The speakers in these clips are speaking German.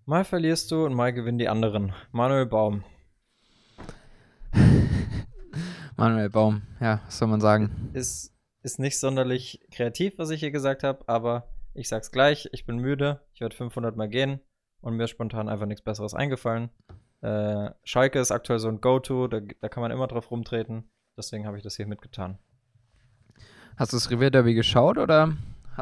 Mal verlierst du und mal gewinnen die anderen. Manuel Baum. Manuel Baum, ja, was soll man sagen? Ist nicht sonderlich kreativ, was ich hier gesagt habe, aber ich sag's gleich, ich bin müde, ich werde 500 Mal gehen und mir ist spontan einfach nichts Besseres eingefallen. Schalke ist aktuell so ein Go-To, da kann man immer drauf rumtreten, deswegen habe ich das hier mitgetan. Hast du das Revierderby geschaut oder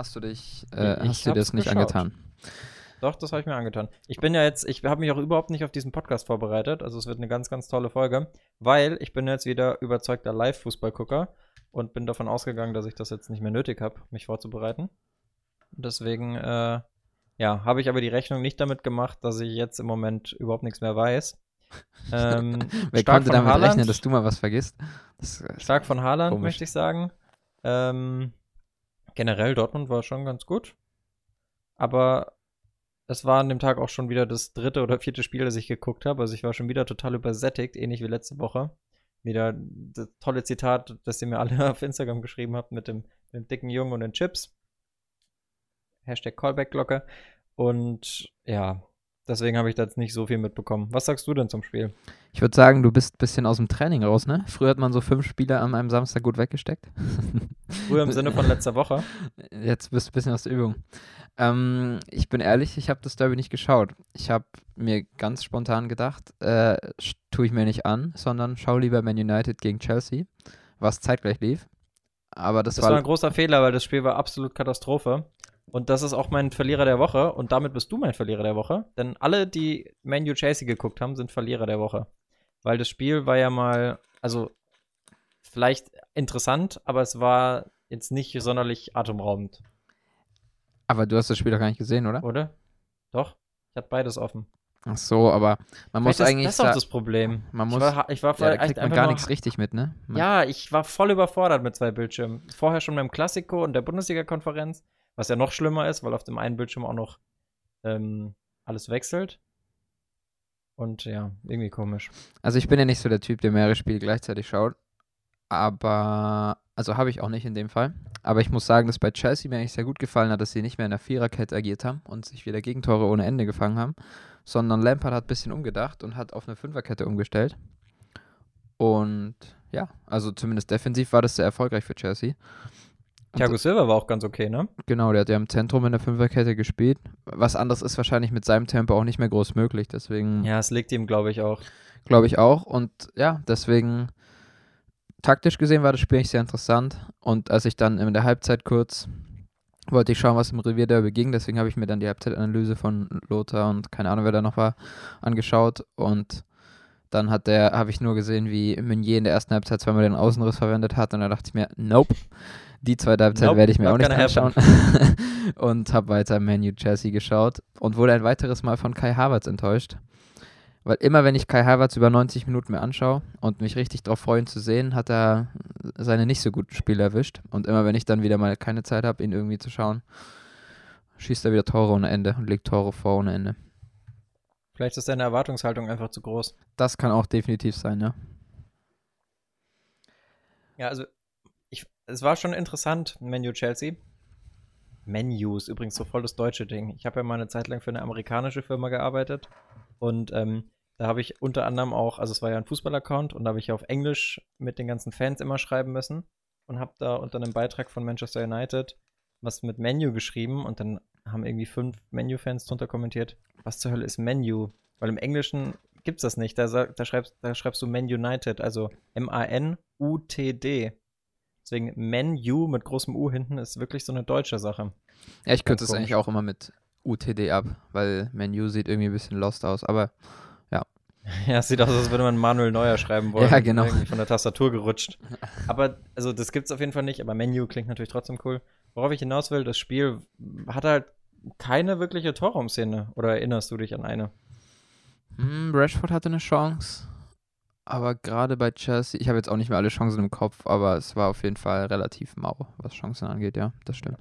hast Ich du dir das hab's nicht geschaut. angetan? Doch, das habe ich mir angetan. Ich habe mich auch überhaupt nicht auf diesen Podcast vorbereitet. Also es wird eine ganz, ganz tolle Folge, weil ich bin jetzt wieder überzeugter Live-Fußballgucker und bin davon ausgegangen, dass ich das jetzt nicht mehr nötig habe, mich vorzubereiten. Deswegen, ja, habe ich aber die Rechnung nicht damit gemacht, dass ich jetzt im Moment überhaupt nichts mehr weiß. Wer Stark konnte von damit rechnen, dass Haaland, du mal was vergisst? Das ist stark von Haaland, komisch. möchte ich sagen. Ähm, generell Dortmund war schon ganz gut, aber es war an dem Tag auch schon wieder das dritte oder vierte Spiel, das ich geguckt habe. Also ich war schon wieder total übersättigt, ähnlich wie letzte Woche. Wieder das tolle Zitat, das ihr mir alle auf Instagram geschrieben habt mit dem dicken Jungen und den Chips. Hashtag Callback-Glocke. Und ja, deswegen habe ich da jetzt nicht so viel mitbekommen. Was sagst du denn zum Spiel? Ich würde sagen, du bist ein bisschen aus dem Training raus, ne? Früher hat man so 5 Spiele an einem Samstag gut weggesteckt. Früher im Sinne von letzter Woche. Jetzt bist du ein bisschen aus der Übung. Ich bin ehrlich, ich habe das Derby nicht geschaut. Ich habe mir ganz spontan gedacht, tue ich mir nicht an, sondern schau lieber Man United gegen Chelsea, was zeitgleich lief. Aber das Das war war, ein großer Fehler, weil das Spiel war absolut Katastrophe. Und das ist auch mein Verlierer der Woche. Und damit bist du mein Verlierer der Woche. Denn alle, die Man U Chelsea geguckt haben, sind Verlierer der Woche. Weil das Spiel war ja mal, also vielleicht interessant, aber es war jetzt nicht sonderlich atemraubend, aber du hast das Spiel doch gar nicht gesehen, oder? oder? Doch? Ich hatte beides offen. Ach so, aber man Vielleicht muss ist eigentlich das auch sagen, das Problem. man Ich muss, war, ich war ja, da echt kriegt man einfach gar nur. nichts richtig mit, ne? Ja, ich war voll überfordert mit zwei Bildschirmen. Vorher schon beim Klassiko und der Bundesliga-Konferenz, was ja noch schlimmer ist, weil auf dem einen Bildschirm auch noch alles wechselt. Und ja, irgendwie komisch. Also ich bin ja nicht so der Typ, der mehrere Spiele gleichzeitig schaut, aber, also habe ich auch nicht in dem Fall. Aber ich muss sagen, dass bei Chelsea mir eigentlich sehr gut gefallen hat, dass sie nicht mehr in der Viererkette agiert haben und sich wieder Gegentore ohne Ende gefangen haben, sondern Lampard hat ein bisschen umgedacht und hat auf eine Fünferkette umgestellt. Und ja, also zumindest defensiv war das sehr erfolgreich für Chelsea. Und Thiago Silva war auch ganz okay, ne? genau, der hat ja im Zentrum in der Fünferkette gespielt. Was anderes ist wahrscheinlich mit seinem Tempo auch nicht mehr groß möglich. Deswegen Ja, es liegt ihm, glaube ich, auch. glaube ich auch. Und ja, deswegen taktisch gesehen war das Spiel eigentlich sehr interessant. Und als ich dann in der Halbzeit kurz wollte ich schauen, was im Revierderby ging. Deswegen habe ich mir dann die Halbzeitanalyse von Lothar und keine Ahnung, wer da noch war, angeschaut. Und dann habe ich nur gesehen, wie Meunier in der ersten Halbzeit zweimal den Außenriss verwendet hat. Und da dachte ich mir, nope, die zweite Halbzeit Nope, werde ich mir not auch nicht gonna happen. anschauen. Und habe weiter Man U Chelsea geschaut und wurde ein weiteres Mal von Kai Havertz enttäuscht. Weil immer, wenn ich Kai Havertz über 90 Minuten mir anschaue und mich richtig darauf freue, ihn zu sehen, hat er seine nicht so guten Spiele erwischt. Und immer, wenn ich dann wieder mal keine Zeit habe, ihn irgendwie zu schauen, schießt er wieder Tore ohne Ende und legt Tore vor ohne Ende. Vielleicht ist seine Erwartungshaltung einfach zu groß. Das kann auch definitiv sein, ja. Ja, also es war schon interessant, Menu Chelsea. Menu ist übrigens so voll das deutsche Ding. Ich habe ja mal eine Zeit lang für eine amerikanische Firma gearbeitet und da habe ich unter anderem auch, also es war ja ein Fußballaccount und da habe ich ja auf Englisch mit den ganzen Fans immer schreiben müssen und habe da unter einem Beitrag von Manchester United was mit Menu geschrieben und dann haben irgendwie 5 Menu-Fans drunter kommentiert, was zur Hölle ist Menu? Weil im Englischen gibt's das nicht. Da schreibst du Man United, also Manutd. Deswegen Menu mit großem U hinten ist wirklich so eine deutsche Sache. Ja, ich Ganz kürze es eigentlich komisch. auch immer mit UTD ab, weil Menu sieht irgendwie ein bisschen lost aus. Aber ja. Ja, es sieht aus, als würde man Manuel Neuer schreiben wollen Ja, und genau. irgendwie von der Tastatur gerutscht. Aber, also das gibt's auf jeden Fall nicht, aber Menu klingt natürlich trotzdem cool. Worauf ich hinaus will, das Spiel hat halt keine wirkliche Torraumszene. Oder erinnerst du dich an eine? Rashford hatte eine Chance. Aber gerade bei Chelsea, ich habe jetzt auch nicht mehr alle Chancen im Kopf, aber es war auf jeden Fall relativ mau, was Chancen angeht, ja, das stimmt.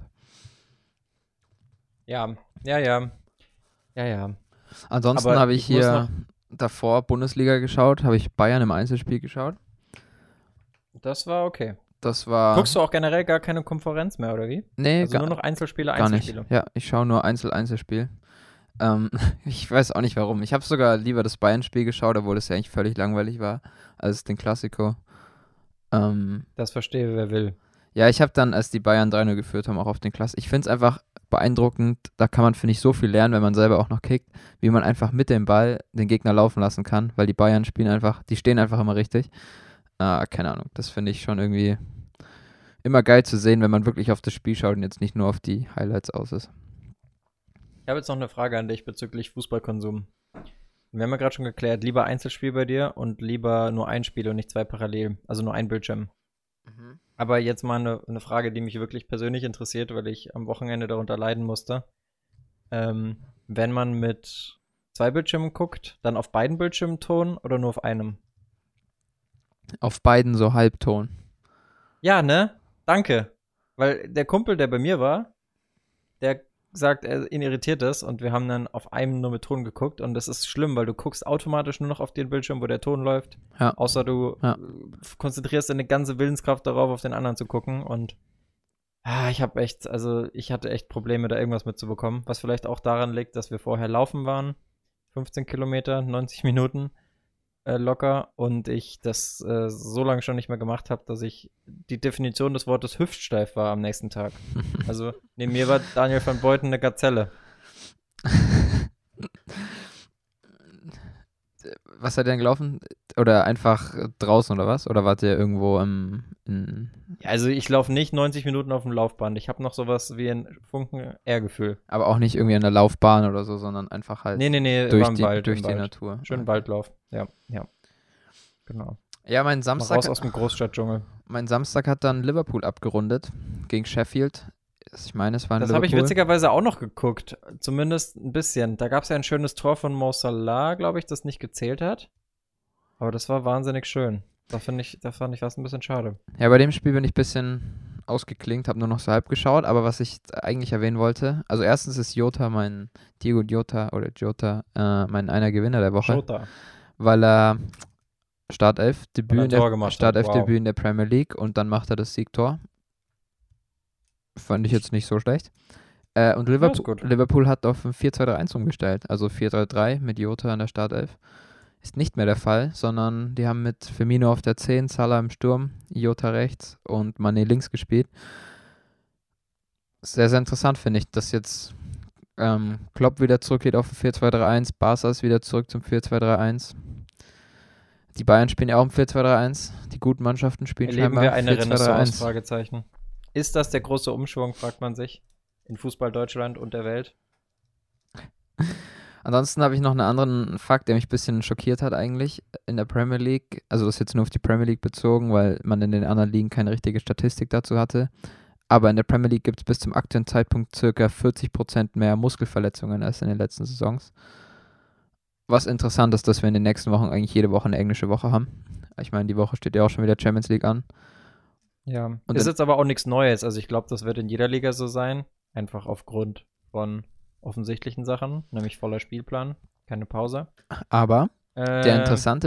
Ja, ja, ja, ja, ja. Ansonsten Aber habe ich ich muss hier noch, davor Bundesliga geschaut, habe ich Bayern im Einzelspiel geschaut. das war okay. Das war, Guckst du auch generell gar keine Konferenz mehr, oder wie? nee, Also nur noch Einzelspiele, gar nicht. Einzelspiele. Ja, ich schaue nur Einzelspiel. Ich weiß auch nicht warum. Ich habe sogar lieber das Bayern-Spiel geschaut, obwohl es ja eigentlich völlig langweilig war, als den Klassiko. Ähm, Das verstehe, wer will. ja, ich habe dann, als die Bayern 3-0 geführt haben, auch auf den Klassiko. Ich finde es einfach beeindruckend. Da kann man, finde ich, so viel lernen, wenn man selber auch noch kickt, wie man einfach mit dem Ball den Gegner laufen lassen kann, weil die Bayern spielen einfach, die stehen einfach immer richtig. Keine Ahnung. Das finde ich schon irgendwie immer geil zu sehen, wenn man wirklich auf das Spiel schaut und jetzt nicht nur auf die Highlights aus ist. Ich habe jetzt noch eine Frage an dich bezüglich Fußballkonsum. Wir haben ja gerade schon geklärt, lieber Einzelspiel bei dir und lieber nur ein Spiel und nicht zwei parallel, also nur ein Bildschirm. Aber jetzt mal eine Frage, die mich wirklich persönlich interessiert, weil ich am Wochenende darunter leiden musste. Wenn man mit zwei Bildschirmen guckt, dann auf beiden Bildschirmen Ton oder nur auf einem? Auf beiden so Halbton. Ja, ne? Danke. Weil der Kumpel, der bei mir war, der sagt, ihn irritiert das und wir haben dann auf einem nur mit Ton geguckt und das ist schlimm, weil du guckst automatisch nur noch auf den Bildschirm, wo der Ton läuft, Ja. außer du Ja. konzentrierst deine ganze Willenskraft darauf, auf den anderen zu gucken und ich hatte echt Probleme, da irgendwas mitzubekommen, was vielleicht auch daran liegt, dass wir vorher laufen waren, 15 Kilometer, 90 Minuten locker und ich das so lange schon nicht mehr gemacht habe, dass ich die Definition des Wortes hüftsteif war am nächsten Tag. Also neben mir war Daniel van Beuten eine Gazelle. Was seid ihr denn gelaufen? Oder einfach draußen oder was? Oder wart ihr irgendwo Also ich laufe nicht 90 Minuten auf dem Laufband. Ich habe noch sowas wie ein Funken Ehrgefühl. aber auch nicht irgendwie an der Laufbahn oder so, sondern einfach halt Nee, durch war im die, Wald. durch im die Wald. Natur. Schön Waldlauf. Ja. Genau. Ja, mein Mal Samstag, raus aus dem Großstadtdschungel. mein Samstag hat dann Liverpool abgerundet gegen Sheffield. Ich meine, es war in Das habe ich Liverpool. witzigerweise auch noch geguckt. Zumindest ein bisschen. Da gab es ja ein schönes Tor von Mo Salah, glaube ich, das nicht gezählt hat. Aber das war wahnsinnig schön. Da fand ich fast ein bisschen schade. Ja, bei dem Spiel bin ich ein bisschen ausgeklinkt, habe nur noch so halb geschaut, aber was ich eigentlich erwähnen wollte, also erstens ist Diego Jota, mein einer Gewinner der Woche, Jota. weil er Weil er Startelf-Debüt ein in, Tor der, gemacht hat. Startelf-Debüt in der Premier League und dann macht er das Siegtor. Fand ich jetzt nicht so schlecht. Und Ja, ist gut. Liverpool hat auf ein 4-2-3-1 umgestellt, also 4-3-3 mit Jota in der Startelf. Ist nicht mehr der Fall, sondern die haben mit Firmino auf der 10, Salah im Sturm, Jota rechts und Mané links gespielt. Sehr, sehr interessant finde ich, dass jetzt Klopp wieder zurückgeht auf ein 4-2-3-1, Barca ist wieder zurück zum 4-2-3-1. Die Bayern spielen ja auch im 4-2-3-1. Die guten Mannschaften spielen Erleben scheinbar wir eine 4-2-3-1. Renaissance? Fragezeichen. Ist das der große Umschwung, fragt man sich, in Fußball Deutschland und der Welt? Ansonsten habe ich noch einen anderen Fakt, der mich ein bisschen schockiert hat eigentlich in der Premier League. Also das ist jetzt nur auf die Premier League bezogen, weil man in den anderen Ligen keine richtige Statistik dazu hatte. Aber in der Premier League gibt es bis zum aktuellen Zeitpunkt circa 40% mehr Muskelverletzungen als in den letzten Saisons. Was interessant ist, dass wir in den nächsten Wochen eigentlich jede Woche eine englische Woche haben. Ich meine, die Woche steht ja auch schon wieder Champions League an. Ja. Und Ist in- jetzt aber auch nichts Neues. Also ich glaube, das wird in jeder Liga so sein. Einfach aufgrund von offensichtlichen Sachen, nämlich voller Spielplan, keine Pause. Aber der interessante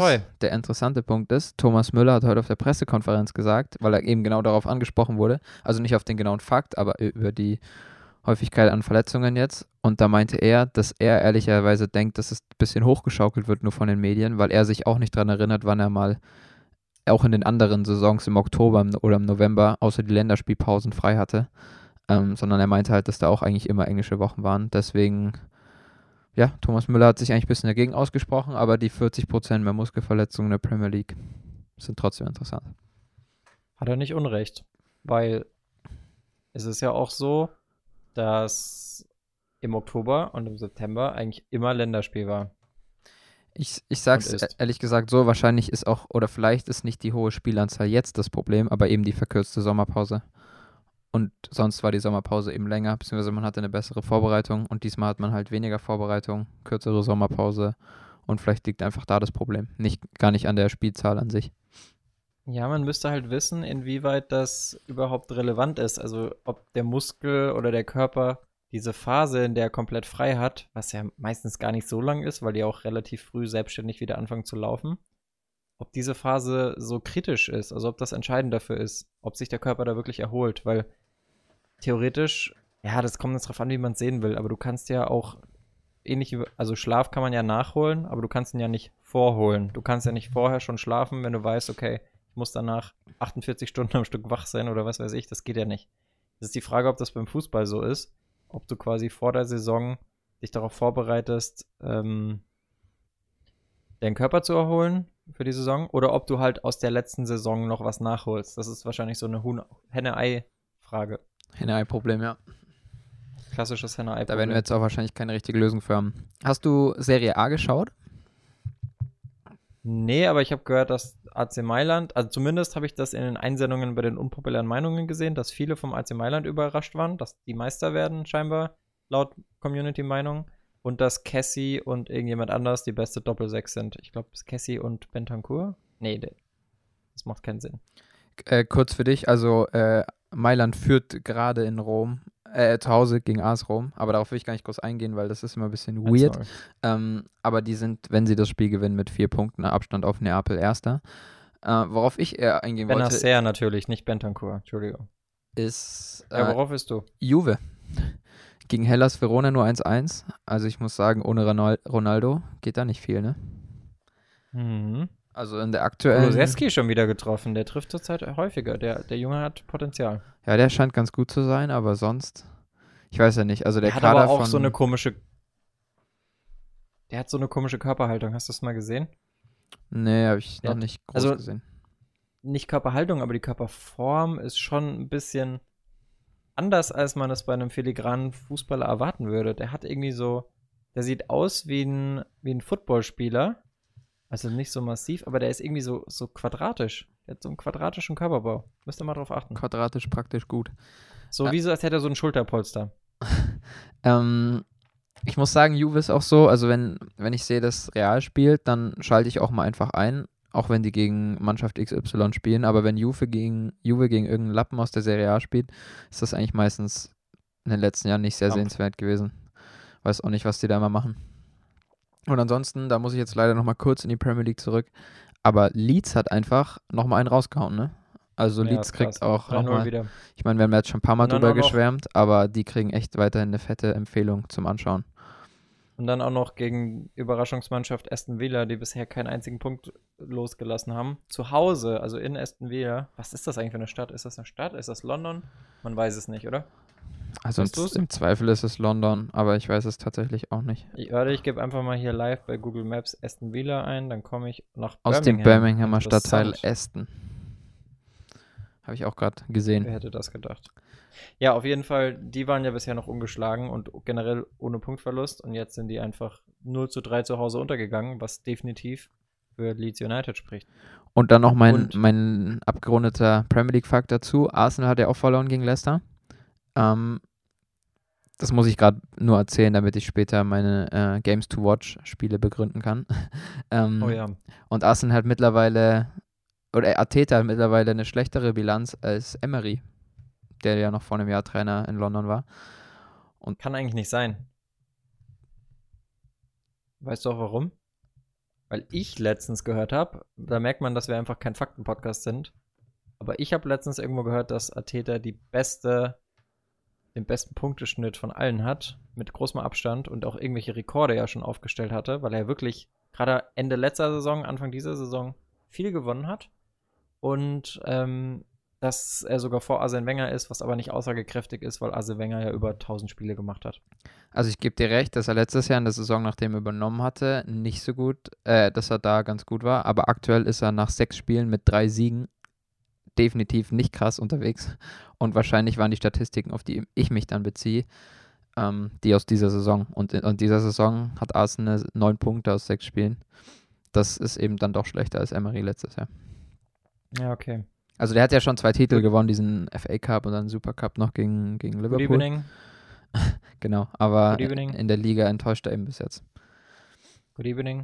Punkt ist, Thomas Müller hat heute auf der Pressekonferenz gesagt, weil er eben genau darauf angesprochen wurde, also nicht auf den genauen Fakt, aber über die Häufigkeit an Verletzungen jetzt. Und da meinte er, dass er ehrlicherweise denkt, dass es ein bisschen hochgeschaukelt wird nur von den Medien, weil er sich auch nicht daran erinnert, wann er mal auch in den anderen Saisons im Oktober oder im November außer die Länderspielpausen frei hatte. Sondern er meinte halt, dass da auch eigentlich immer englische Wochen waren. Deswegen, ja, Thomas Müller hat sich eigentlich ein bisschen dagegen ausgesprochen, aber die 40% mehr Muskelverletzungen in der Premier League sind trotzdem interessant. Hat er nicht Unrecht. Weil es ist ja auch so, dass im Oktober und im September eigentlich immer Länderspiel war. Ich sag's Und ist. ehrlich gesagt so, wahrscheinlich ist auch, oder vielleicht ist nicht die hohe Spielanzahl jetzt das Problem, aber eben die verkürzte Sommerpause. Und sonst war die Sommerpause eben länger, beziehungsweise man hatte eine bessere Vorbereitung und diesmal hat man halt weniger Vorbereitung, kürzere Sommerpause und vielleicht liegt einfach da das Problem, gar nicht an der Spielzahl an sich. Ja, man müsste halt wissen, inwieweit das überhaupt relevant ist. Also ob der Muskel oder der Körper diese Phase, in der er komplett frei hat, was ja meistens gar nicht so lang ist, weil die auch relativ früh selbstständig wieder anfangen zu laufen, ob diese Phase so kritisch ist, also ob das entscheidend dafür ist, ob sich der Körper da wirklich erholt, weil theoretisch, ja, das kommt jetzt drauf an, wie man es sehen will, aber du kannst ja auch ähnlich wie, also Schlaf kann man ja nachholen, aber du kannst ihn ja nicht vorholen. Du kannst ja nicht vorher schon schlafen, wenn du weißt, okay, ich muss danach 48 Stunden am Stück wach sein oder was weiß ich, das geht ja nicht. Das ist die Frage, ob das beim Fußball so ist, ob du quasi vor der Saison dich darauf vorbereitest, deinen Körper zu erholen für die Saison oder ob du halt aus der letzten Saison noch was nachholst. Das ist wahrscheinlich so eine Henne-Ei-Frage. Henne-Ei-Problem, ja. Klassisches Henne-Ei-Problem. Da werden wir jetzt auch wahrscheinlich keine richtige Lösung für haben. Hast du Serie A geschaut? Nee, aber ich habe gehört, dass AC Mailand, also zumindest habe ich das in den Einsendungen bei den unpopulären Meinungen gesehen, dass viele vom AC Mailand überrascht waren, dass die Meister werden scheinbar, laut Community-Meinung. Und dass Cassie und irgendjemand anders die beste Doppel-6 sind. Ich glaube, Cassie und Bentancur? Nee, das macht keinen Sinn. Kurz für dich, also Mailand führt gerade in Rom, zu Hause gegen AS Rom, aber darauf will ich gar nicht groß eingehen, weil das ist immer ein bisschen weird. Aber die sind, wenn sie das Spiel gewinnen, mit 4 Punkten Abstand auf Neapel Erster. Worauf ich eher eingehen wollte. Benacer natürlich, nicht Bentancur, Entschuldigung. Ist ja, worauf bist du? Juve. Gegen Hellas Verona nur 1-1. Also ich muss sagen, ohne Ronaldo geht da nicht viel, ne? Mhm. Also in der aktuellen... Kulusevski schon wieder getroffen. Der trifft zurzeit häufiger. Der Junge hat Potenzial. Ja, der scheint ganz gut zu sein, aber sonst... Ich weiß ja nicht. Also der hat Kader aber auch von... so eine komische... Der hat so eine komische Körperhaltung. Hast du das mal gesehen? Nee, habe ich noch nicht groß gesehen. Nicht Körperhaltung, aber die Körperform ist schon ein bisschen... anders, als man es bei einem filigranen Fußballer erwarten würde. Der hat irgendwie so, der sieht aus wie ein Footballspieler, also nicht so massiv, aber der ist irgendwie so quadratisch. Der hat so einen quadratischen Körperbau. Müsst ihr mal drauf achten. Quadratisch praktisch gut. So wie so, als hätte er so ein Schulterpolster. Ich muss sagen, Juve ist auch so, also wenn ich sehe, dass Real spielt, dann schalte ich auch mal einfach ein, auch wenn die gegen Mannschaft XY spielen, aber wenn Juve gegen irgendeinen Lappen aus der Serie A spielt, ist das eigentlich meistens in den letzten Jahren nicht sehr sehenswert gewesen. Weiß auch nicht, was die da immer machen. Und ansonsten, da muss ich jetzt leider nochmal kurz in die Premier League zurück, aber Leeds hat einfach nochmal einen rausgehauen, ne? Also Ja, Leeds kriegt auch 3-0 nochmal, wieder. ich meine, wir haben jetzt schon ein paar Mal Und dann drüber auch noch- geschwärmt, aber die kriegen echt weiterhin eine fette Empfehlung zum Anschauen. Und dann auch noch gegen Überraschungsmannschaft Aston Villa, die bisher keinen einzigen Punkt losgelassen haben. Zu Hause, also in Aston Villa. Was ist das eigentlich für eine Stadt? Ist das eine Stadt? Ist das London? Man weiß es nicht, oder? Also Weißt du's? im Zweifel ist es London, aber ich weiß es tatsächlich auch nicht. Ich gebe einfach mal hier live bei Google Maps Aston Villa ein, dann komme ich nach Aus dem Birminghamer Stadtteil Aston. Habe ich auch gerade gesehen. Wer hätte das gedacht? Ja, auf jeden Fall, die waren ja bisher noch ungeschlagen und generell ohne Punktverlust und jetzt sind die einfach 0-3 zu Hause untergegangen, was definitiv für Leeds United spricht. Und dann noch mein abgerundeter Premier League-Fakt dazu. Arsenal hat ja auch verloren gegen Leicester. Das muss ich gerade nur erzählen, damit ich später meine Games to Watch Spiele begründen kann. Oh ja. Und Arsenal hat mittlerweile, oder Arteta hat mittlerweile eine schlechtere Bilanz als Emery, der ja noch vor einem Jahr Trainer in London war. Und Kann eigentlich nicht sein. Weißt du auch warum? Weil ich letztens gehört habe, da merkt man, dass wir einfach kein Fakten-Podcast sind, aber ich habe letztens irgendwo gehört, dass Arteta den besten Punkteschnitt von allen hat, mit großem Abstand und auch irgendwelche Rekorde ja schon aufgestellt hatte, weil er wirklich gerade Ende letzter Saison, Anfang dieser Saison viel gewonnen hat und dass er sogar vor Arsene Wenger ist, was aber nicht aussagekräftig ist, weil Arsene Wenger ja über 1000 Spiele gemacht hat. Also ich gebe dir recht, dass er letztes Jahr in der Saison, nachdem er übernommen hatte, nicht so gut, dass er da ganz gut war, aber aktuell ist er nach 6 Spielen mit 3 Siegen definitiv nicht krass unterwegs und wahrscheinlich waren die Statistiken, auf die ich mich dann beziehe, die aus dieser Saison. Und in dieser Saison hat Arsenal 9 Punkte aus 6 Spielen. Das ist eben dann doch schlechter als Emery letztes Jahr. Ja, okay. Also der hat ja schon 2 Titel gewonnen, diesen FA Cup und dann Super Cup noch gegen Liverpool. Good evening. Genau, aber Good evening. in der Liga enttäuscht er eben bis jetzt. Good evening.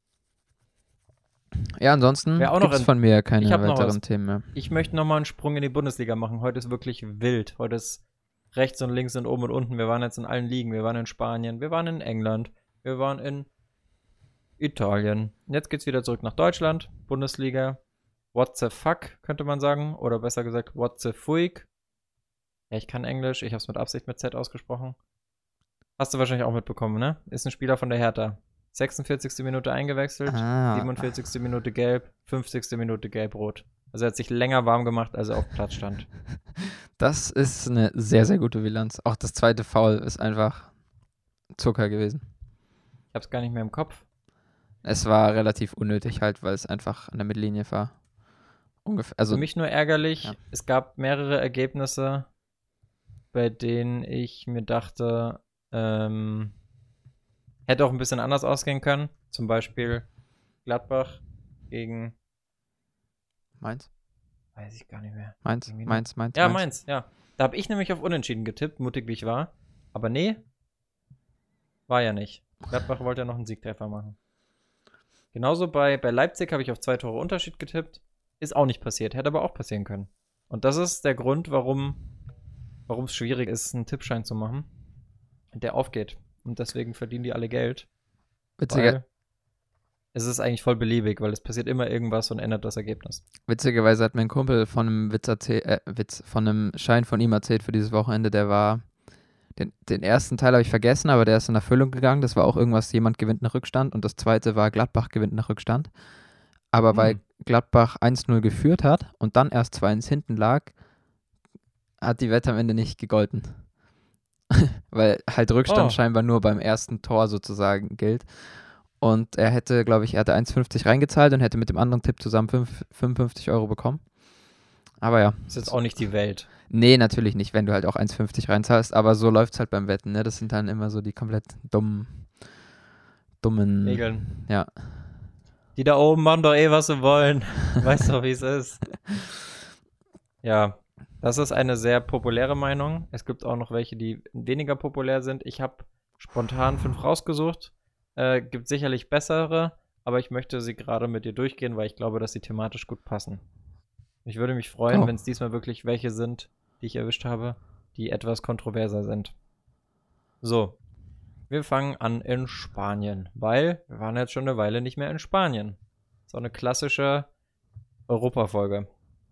Ja, ansonsten gibt es von mir keine weiteren Themen mehr. Ich möchte nochmal einen Sprung in die Bundesliga machen. Heute ist wirklich wild. Heute ist rechts und links und oben und unten. Wir waren jetzt in allen Ligen. Wir waren in Spanien, wir waren in England, wir waren in Italien. Jetzt geht's wieder zurück nach Deutschland. Bundesliga. What the fuck, könnte man sagen. Oder besser gesagt, what the fuck. Ja, ich kann Englisch. Ich habe es mit Absicht mit Z ausgesprochen. Hast du wahrscheinlich auch mitbekommen, ne? Ist ein Spieler von der Hertha. 46. Minute eingewechselt, 47. Minute gelb, 50. Minute gelb-rot. Also er hat sich länger warm gemacht, als er auf dem Platz stand. Das ist eine sehr, sehr gute Bilanz. Auch das zweite Foul ist einfach Zucker gewesen. Ich hab's gar nicht mehr im Kopf. Es war relativ unnötig halt, weil es einfach an der Mittellinie war. Ungefähr. Also Für mich nur ärgerlich, ja. Es gab mehrere Ergebnisse, bei denen ich mir dachte, hätte auch ein bisschen anders ausgehen können. Zum Beispiel Gladbach gegen, Mainz? weiß ich gar nicht mehr. Mainz? Irgendwie noch- Mainz, Mainz, Ja, Mainz. Mainz, ja. Da habe ich nämlich auf Unentschieden getippt, mutig wie ich war. Aber nee, war ja nicht. Gladbach wollte ja noch einen Siegtreffer machen. Genauso bei Leipzig habe ich auf 2 Tore Unterschied getippt. Ist auch nicht passiert, hätte aber auch passieren können. Und das ist der Grund, warum es schwierig ist, einen Tippschein zu machen, der aufgeht. Und deswegen verdienen die alle Geld. Witziger, Weil es ist eigentlich voll beliebig, weil es passiert immer irgendwas und ändert das Ergebnis. witzigerweise hat mir ein Kumpel von einem von einem Schein von ihm erzählt für dieses Wochenende, der war, den ersten Teil habe ich vergessen, aber der ist in Erfüllung gegangen. Das war auch irgendwas, jemand gewinnt nach Rückstand und das zweite war Gladbach gewinnt nach Rückstand. Aber weil Gladbach 1-0 geführt hat und dann erst 2-1 hinten lag, hat die Wette am Ende nicht gegolten. Weil halt Rückstand scheinbar nur beim ersten Tor sozusagen gilt. Und er hätte, glaube ich, 1,50 reingezahlt und hätte mit dem anderen Tipp zusammen 55 Euro bekommen. Aber ja. Ist jetzt auch nicht die Welt. Nee, natürlich nicht, wenn du halt auch 1,50 reinzahlst. Aber so läuft es halt beim Wetten, ne? Das sind dann immer so die komplett dummen Regeln. Ja. Die da oben machen doch eh, was sie wollen. Weißt doch, wie es ist. Ja, das ist eine sehr populäre Meinung. Es gibt auch noch welche, die weniger populär sind. Ich habe spontan 5 rausgesucht. Gibt sicherlich bessere, aber ich möchte sie gerade mit dir durchgehen, weil ich glaube, dass sie thematisch gut passen. Ich würde mich freuen, wenn es diesmal wirklich welche sind, die ich erwischt habe, die etwas kontroverser sind. So, wir fangen an in Spanien, weil wir waren jetzt schon eine Weile nicht mehr in Spanien. So eine klassische Europafolge.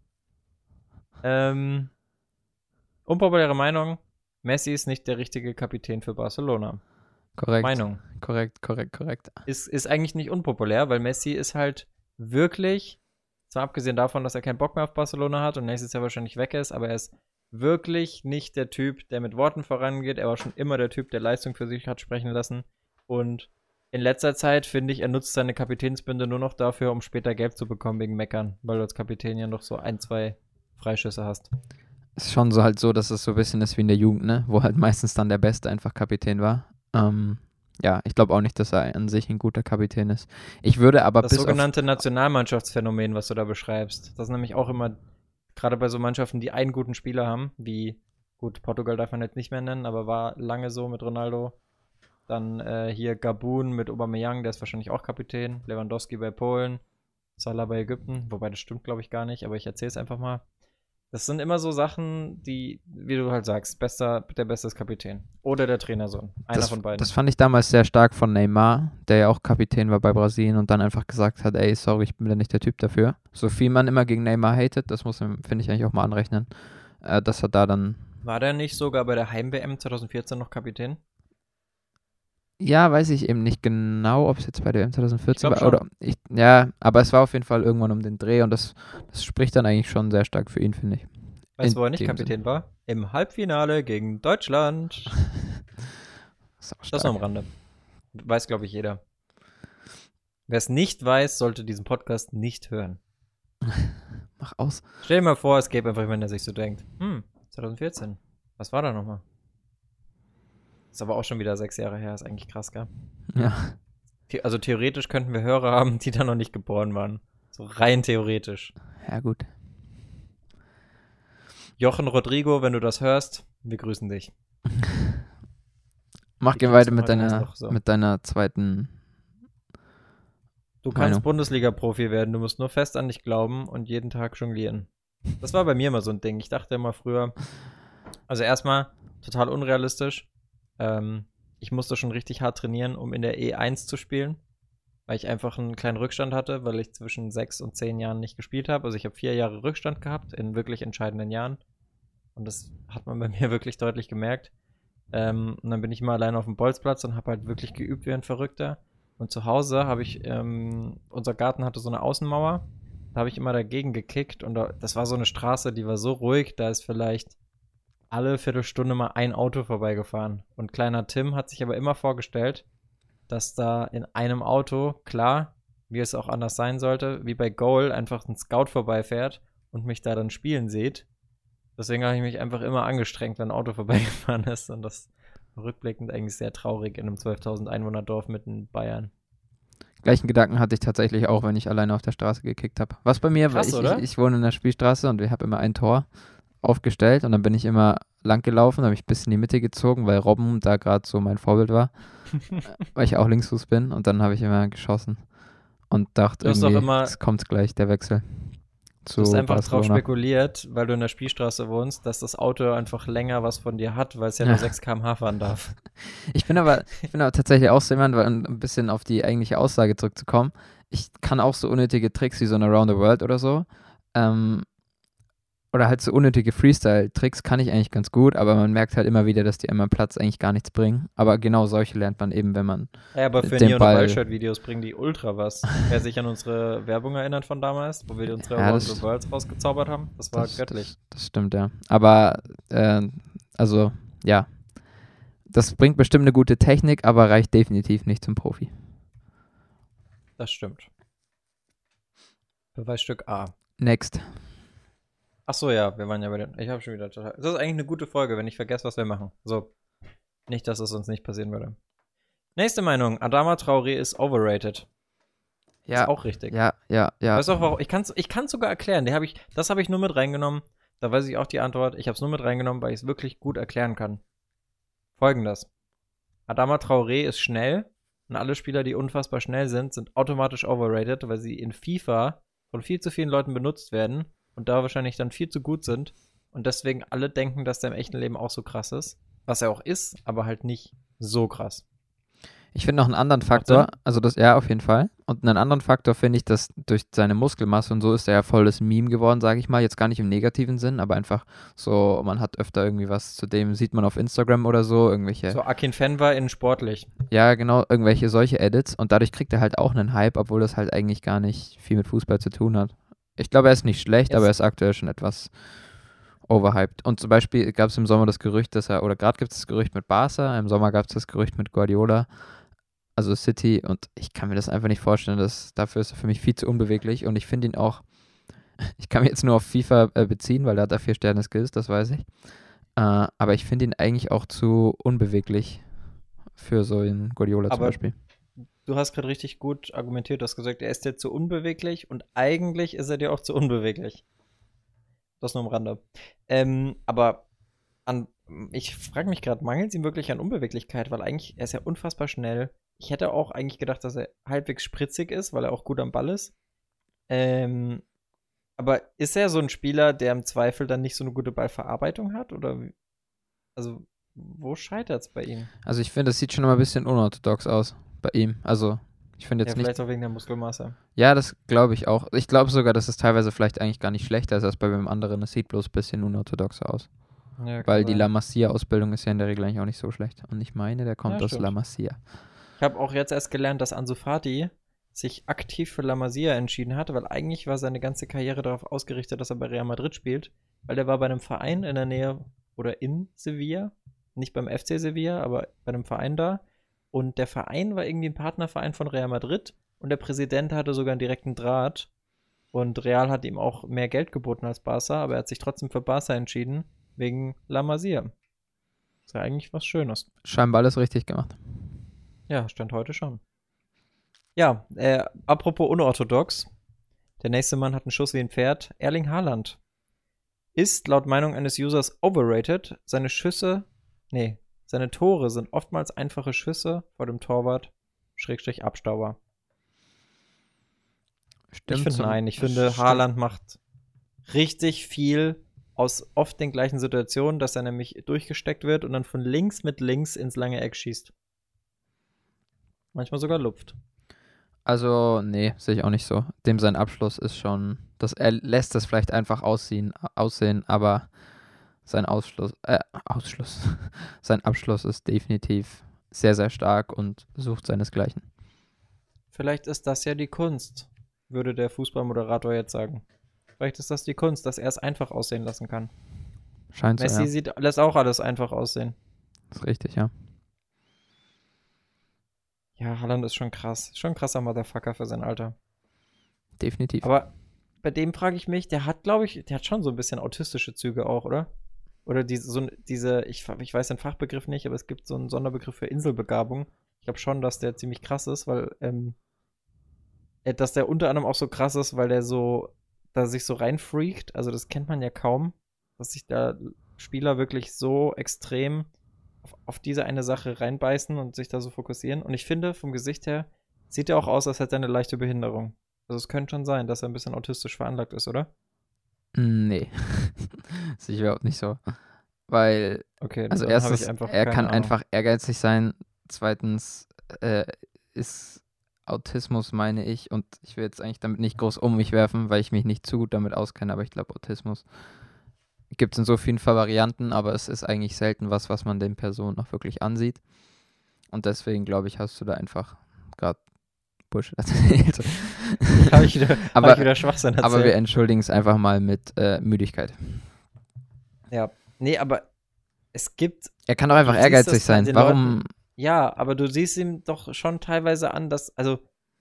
Unpopuläre Meinung: Messi ist nicht der richtige Kapitän für Barcelona. Korrekt. Meinung. Korrekt. Ist eigentlich nicht unpopulär, weil Messi ist halt wirklich, zwar abgesehen davon, dass er keinen Bock mehr auf Barcelona hat und nächstes Jahr wahrscheinlich weg ist, aber er ist wirklich nicht der Typ, der mit Worten vorangeht. Er war schon immer der Typ, der Leistung für sich hat sprechen lassen. Und in letzter Zeit, finde ich, er nutzt seine Kapitänsbinde nur noch dafür, um später Gelb zu bekommen wegen Meckern, weil du als Kapitän ja noch so 1, 2 Freischüsse hast. Ist schon so halt so, dass es so ein bisschen ist wie in der Jugend, ne? Wo halt meistens dann der Beste einfach Kapitän war. Ja, ich glaube auch nicht, dass er an sich ein guter Kapitän ist. Ich würde aber das sogenannte Nationalmannschaftsphänomen, was du da beschreibst, das ist nämlich auch immer, gerade bei so Mannschaften, die einen guten Spieler haben, wie, gut, Portugal darf man jetzt nicht mehr nennen, aber war lange so mit Ronaldo. Dann hier Gabun mit Aubameyang, der ist wahrscheinlich auch Kapitän. Lewandowski bei Polen, Salah bei Ägypten, wobei das stimmt, glaube ich, gar nicht, aber ich erzähle es einfach mal. Das sind immer so Sachen, die, wie du halt sagst, der Beste ist Kapitän. Oder der Trainersohn. Einer von beiden. Das fand ich damals sehr stark von Neymar, der ja auch Kapitän war bei Brasilien und dann einfach gesagt hat, ey, sorry, ich bin da nicht der Typ dafür. So viel man immer gegen Neymar hatet, das muss man, finde ich, eigentlich auch mal anrechnen, dass er da dann... War der nicht sogar bei der Heim-WM 2014 noch Kapitän? Ja, weiß ich eben nicht genau, ob es jetzt bei der WM 2014 war. schon. Oder ja, aber es war auf jeden Fall irgendwann um den Dreh und das spricht dann eigentlich schon sehr stark für ihn, finde ich. Weißt du, wo er nicht Kapitän war? Im Halbfinale gegen Deutschland. Das nur am Rande. Weiß, glaube ich, jeder. Wer es nicht weiß, sollte diesen Podcast nicht hören. Mach aus. Stell dir mal vor, es gäbe einfach, wenn er sich so denkt, 2014, was war da nochmal? Ist aber auch schon wieder 6 Jahre her, ist eigentlich krass, gell? Ja. Also theoretisch könnten wir Hörer haben, die da noch nicht geboren waren. So rein theoretisch. Ja, gut. Jochen Rodrigo, wenn du das hörst, wir grüßen dich. Mach gerne weiter mit deiner zweiten. Du kannst Bundesliga-Profi werden, du musst nur fest an dich glauben und jeden Tag jonglieren. Das war bei mir immer so ein Ding. Ich dachte immer früher, also erstmal total unrealistisch. Ich musste schon richtig hart trainieren, um in der E1 zu spielen, weil ich einfach einen kleinen Rückstand hatte, weil ich zwischen 6 und 10 Jahren nicht gespielt habe. Also ich habe 4 Jahre Rückstand gehabt in wirklich entscheidenden Jahren und das hat man bei mir wirklich deutlich gemerkt. Und dann bin ich immer alleine auf dem Bolzplatz und habe halt wirklich geübt wie ein Verrückter. Und zu Hause habe ich, unser Garten hatte so eine Außenmauer, da habe ich immer dagegen gekickt und das war so eine Straße, die war so ruhig, da ist vielleicht alle Viertelstunde mal ein Auto vorbeigefahren. Und kleiner Tim hat sich aber immer vorgestellt, dass da in einem Auto, klar, wie es auch anders sein sollte, wie bei Goal einfach ein Scout vorbeifährt und mich da dann spielen sieht. Deswegen habe ich mich einfach immer angestrengt, wenn ein Auto vorbeigefahren ist. Und das rückblickend eigentlich sehr traurig in einem 12.000 Einwohner-Dorf mitten in Bayern. Gleichen Gedanken hatte ich tatsächlich auch, wenn ich alleine auf der Straße gekickt habe. Was bei mir, Krass, weil oder? ich wohne in der Spielstraße und wir haben immer ein Tor aufgestellt und dann bin ich immer lang gelaufen, habe ich bis in die Mitte gezogen, weil Robben da gerade so mein Vorbild war, weil ich auch Linksfuß bin und dann habe ich immer geschossen und dachte Du hast doch irgendwie, immer, jetzt kommt gleich der Wechsel du hast zu einfach drauf Barcelona. spekuliert, weil du in der Spielstraße wohnst, dass das Auto einfach länger was von dir hat, weil es ja nur 6 km/h fahren darf. Ich bin aber tatsächlich auch so jemand, weil, um ein bisschen auf die eigentliche Aussage zurückzukommen, ich kann auch so unnötige Tricks wie so ein Around the World oder so, oder halt so unnötige Freestyle-Tricks kann ich eigentlich ganz gut, aber man merkt halt immer wieder, dass die einmal Platz eigentlich gar nichts bringen. Aber genau solche lernt man eben, wenn man Ja, aber für den Neon Ball... Wildshirts-Videos bringen die ultra was. Wer sich an unsere Werbung erinnert von damals, wo wir unsere Ja, Around the Worlds rausgezaubert haben, das war göttlich. Das stimmt, ja. Aber, also, ja, das bringt bestimmt eine gute Technik, aber reicht definitiv nicht zum Profi. Das stimmt. Beweisstück A. Next. Ach so, ja, wir waren ja bei den. Ich habe schon wieder total. Das ist eigentlich eine gute Folge, wenn ich vergesse, was wir machen. So. Nicht, dass es uns nicht passieren würde. Nächste Meinung. Adama Traoré ist overrated. Ja, ist auch richtig. ja. Weißt du auch, warum? Ich kann's sogar erklären. Das habe ich nur mit reingenommen. Da weiß ich auch die Antwort. Ich habe es nur mit reingenommen, weil ich es wirklich gut erklären kann. Folgendes. Adama Traoré ist schnell und alle Spieler, die unfassbar schnell sind automatisch overrated, weil sie in FIFA von viel zu vielen Leuten benutzt werden und da wahrscheinlich dann viel zu gut sind und deswegen alle denken, dass der im echten Leben auch so krass ist. Was er auch ist, aber halt nicht so krass. Ich finde noch einen anderen Faktor, also das, ja, auf jeden Fall. Und einen anderen Faktor finde ich, dass durch seine Muskelmasse und so ist er ja voll das Meme geworden, sage ich mal. Jetzt gar nicht im negativen Sinn, aber einfach so, man hat öfter irgendwie was zu dem, sieht man auf Instagram oder so, irgendwelche. So Akinfenwa in sportlich. Ja, genau, irgendwelche solche Edits. Und dadurch kriegt er halt auch einen Hype, obwohl das halt eigentlich gar nicht viel mit Fußball zu tun hat. Ich glaube, er ist nicht schlecht, aber er ist aktuell schon etwas overhyped. Und zum Beispiel gab es im Sommer das Gerücht, oder gerade gibt es das Gerücht mit Barca, im Sommer gab es das Gerücht mit Guardiola, also City, und ich kann mir das einfach nicht vorstellen, dafür ist er für mich viel zu unbeweglich und ich finde ihn auch, ich kann mich jetzt nur auf FIFA beziehen, weil er hat da 4 Sterne Skills, das weiß ich, aber ich finde ihn eigentlich auch zu unbeweglich für so einen Guardiola zum Beispiel. Du hast gerade richtig gut argumentiert, du hast gesagt, er ist dir zu unbeweglich und eigentlich ist er dir auch zu unbeweglich. Das nur am Rande. Aber ich frage mich gerade, mangelt es ihm wirklich an Unbeweglichkeit? Weil eigentlich, er ist ja unfassbar schnell. Ich hätte auch eigentlich gedacht, dass er halbwegs spritzig ist, weil er auch gut am Ball ist. Aber ist er so ein Spieler, der im Zweifel dann nicht so eine gute Ballverarbeitung hat? Oder also, wo scheitert es bei ihm? Also ich finde, das sieht schon immer ein bisschen unorthodox aus bei ihm. Also ich finde jetzt Ja, vielleicht nicht... auch wegen der Muskelmasse. Ja, das glaube ich auch. Ich glaube sogar, dass es teilweise vielleicht eigentlich gar nicht schlechter ist als bei einem anderen. Es sieht bloß ein bisschen unorthodoxer aus. Ja, Weil die La Masia-Ausbildung ist ja in der Regel eigentlich auch nicht so schlecht. Und ich meine, der kommt aus stimmt. La Masia. Ich habe auch jetzt erst gelernt, dass Ansu Fati sich aktiv für La Masia entschieden hat, weil eigentlich war seine ganze Karriere darauf ausgerichtet, dass er bei Real Madrid spielt, weil er war bei einem Verein in der Nähe oder in Sevilla, nicht beim FC Sevilla, aber bei einem Verein da. Und der Verein war irgendwie ein Partnerverein von Real Madrid und der Präsident hatte sogar einen direkten Draht. Und Real hat ihm auch mehr Geld geboten als Barca, aber er hat sich trotzdem für Barca entschieden, wegen La Masia. Ist ja eigentlich was Schönes. Scheinbar alles richtig gemacht. Ja, stand heute schon. Ja, apropos unorthodox. Der nächste Mann hat einen Schuss wie ein Pferd. Erling Haaland ist laut Meinung eines Users overrated. Seine Tore sind oftmals einfache Schüsse vor dem Torwart, / Abstauber. Stimmt. Ich finde nein. Ich finde, Haaland macht richtig viel aus oft den gleichen Situationen, dass er nämlich durchgesteckt wird und dann von links mit links ins lange Eck schießt. Manchmal sogar lupft. Also, nee, sehe ich auch nicht so. Dem sein Abschluss ist schon, er lässt das vielleicht einfach aussehen, aber sein sein Abschluss ist definitiv sehr, sehr stark und sucht seinesgleichen. Vielleicht ist das ja die Kunst, würde der Fußballmoderator jetzt sagen. Vielleicht ist das die Kunst, dass er es einfach aussehen lassen kann. Scheint so, Messi ja. lässt auch alles einfach aussehen. Ist richtig, ja. Ja, Haaland ist schon krass. Schon ein krasser Motherfucker für sein Alter. Definitiv. Aber bei dem frage ich mich, der hat, glaube ich, der hat schon so ein bisschen autistische Züge auch, oder? Oder ich weiß den Fachbegriff nicht, aber es gibt so einen Sonderbegriff für Inselbegabung. Ich glaube schon, dass der ziemlich krass ist, weil, dass der unter anderem auch so krass ist, weil der da sich so reinfreakt. Also das kennt man ja kaum, dass sich da Spieler wirklich so extrem auf diese eine Sache reinbeißen und sich da so fokussieren. Und ich finde, vom Gesicht her sieht er auch aus, als hätte er eine leichte Behinderung. Also es könnte schon sein, dass er ein bisschen autistisch veranlagt ist, oder? Nee. Sehe ich überhaupt nicht so. Weil, Okay, also dann habe ich erstens, einfach er keine kann Ahnung. einfach ehrgeizig sein. Zweitens ist Autismus, meine ich, und ich will jetzt eigentlich damit nicht groß um mich werfen, weil ich mich nicht zu gut damit auskenne, aber ich glaube, Autismus gibt es in so vielen Varianten, aber es ist eigentlich selten was man den Personen auch wirklich ansieht. Und deswegen, glaube ich, hast du da einfach gerade Bullshit erzählt. Habe ich wieder Schwachsinn erzählt. Aber wir entschuldigen es einfach mal mit Müdigkeit. Ja. Nee, aber es gibt. Er kann doch einfach du siehst ehrgeizig das sein. den Warum? Leuten, ja, aber du siehst ihm doch schon teilweise an, dass. Also.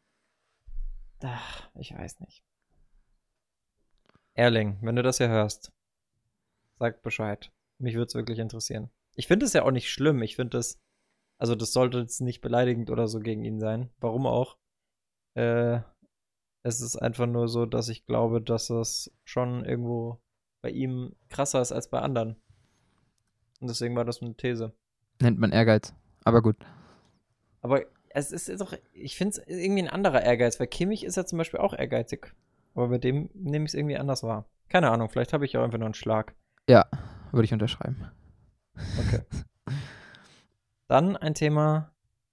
Ich weiß nicht. Erling, wenn du das hier hörst, sag Bescheid. Mich würde es wirklich interessieren. Ich finde es ja auch nicht schlimm. Ich finde es. Also, das sollte jetzt nicht beleidigend oder so gegen ihn sein. Warum auch? Äh, Es ist einfach nur so, dass ich glaube, dass es schon irgendwo bei ihm krasser ist als bei anderen. Und deswegen war das eine These. Nennt man Ehrgeiz. Aber gut. Aber es ist doch, ich finde es irgendwie ein anderer Ehrgeiz, weil Kimmich ist ja zum Beispiel auch ehrgeizig. Aber bei dem nehme ich es irgendwie anders wahr. Keine Ahnung, vielleicht habe ich auch einfach nur einen Schlag. Ja, würde ich unterschreiben. Okay. Dann ein Thema,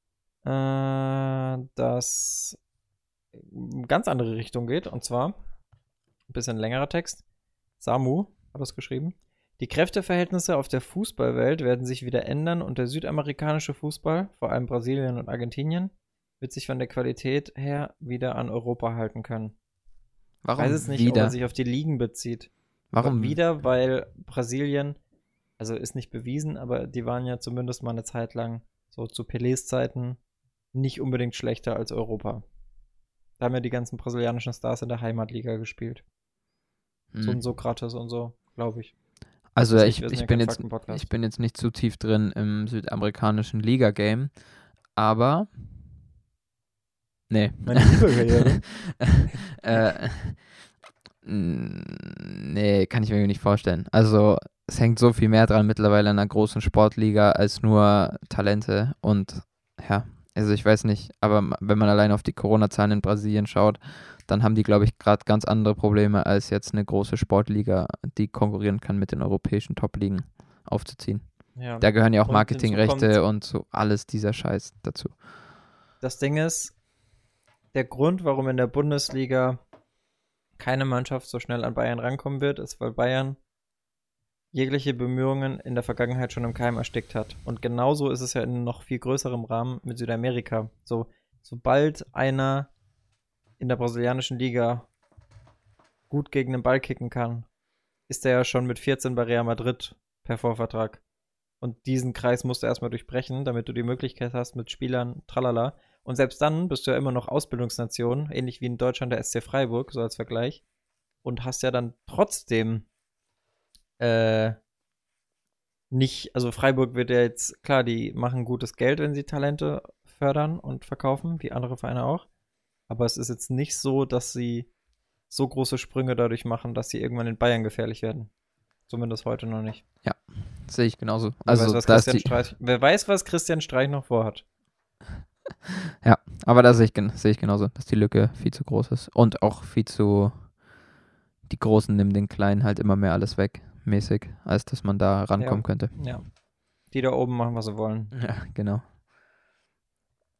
das in ganz andere Richtung geht. Und zwar, ein bisschen längerer Text. Samu hat das geschrieben. Die Kräfteverhältnisse auf der Fußballwelt werden sich wieder ändern und der südamerikanische Fußball, vor allem Brasilien und Argentinien, wird sich von der Qualität her wieder an Europa halten können. Ich weiß jetzt Warum nicht, ob er wieder? sich auf die Ligen bezieht. Warum? Wieder, weil Brasilien, also ist nicht bewiesen, aber die waren ja zumindest mal eine Zeit lang, so zu Pelés Zeiten, nicht unbedingt schlechter als Europa. Da haben ja die ganzen brasilianischen Stars in der Heimatliga gespielt. So ein Sokrates und so, glaube ich. Also Das ist ich, nicht, wir sind ich, ja bin kein jetzt, Faktenpodcast. ich bin jetzt nicht zu tief drin im südamerikanischen Liga-Game, aber nee. Meine Liga-Karriere? Nee, kann ich mir nicht vorstellen. Also es hängt so viel mehr dran mittlerweile in einer großen Sportliga als nur Talente und ja, also ich weiß nicht, aber wenn man allein auf die Corona-Zahlen in Brasilien schaut, dann haben die, glaube ich, gerade ganz andere Probleme als jetzt eine große Sportliga, die konkurrieren kann mit den europäischen Top-Ligen aufzuziehen. Ja. Da gehören ja auch Und hinzu Marketingrechte kommt, und so alles dieser Scheiß dazu. das Ding ist, der Grund, warum in der Bundesliga keine Mannschaft so schnell an Bayern rankommen wird, ist, weil Bayern jegliche Bemühungen in der Vergangenheit schon im Keim erstickt hat. Und genauso ist es ja in noch viel größerem Rahmen mit Südamerika. Sobald einer in der brasilianischen Liga gut gegen den Ball kicken kann, ist er ja schon mit 14 bei Real Madrid per Vorvertrag. Und diesen Kreis musst du erstmal durchbrechen, damit du die Möglichkeit hast mit Spielern, tralala. Und selbst dann bist du ja immer noch Ausbildungsnation, ähnlich wie in Deutschland der SC Freiburg, so als Vergleich. Und hast ja dann trotzdem nicht, also Freiburg wird ja jetzt, klar, die machen gutes Geld, wenn sie Talente fördern und verkaufen, wie andere Vereine auch. Aber es ist jetzt nicht so, dass sie so große Sprünge dadurch machen, dass sie irgendwann in Bayern gefährlich werden. Zumindest heute noch nicht. Ja, sehe ich genauso. Wer weiß, was Christian Streich noch vorhat. Ja, aber da sehe ich genauso, dass die Lücke viel zu groß ist. Und auch viel zu, die Großen nehmen den Kleinen halt immer mehr alles weg, mäßig, als dass man da rankommen könnte. Ja. Die da oben machen, was sie wollen. Ja, genau.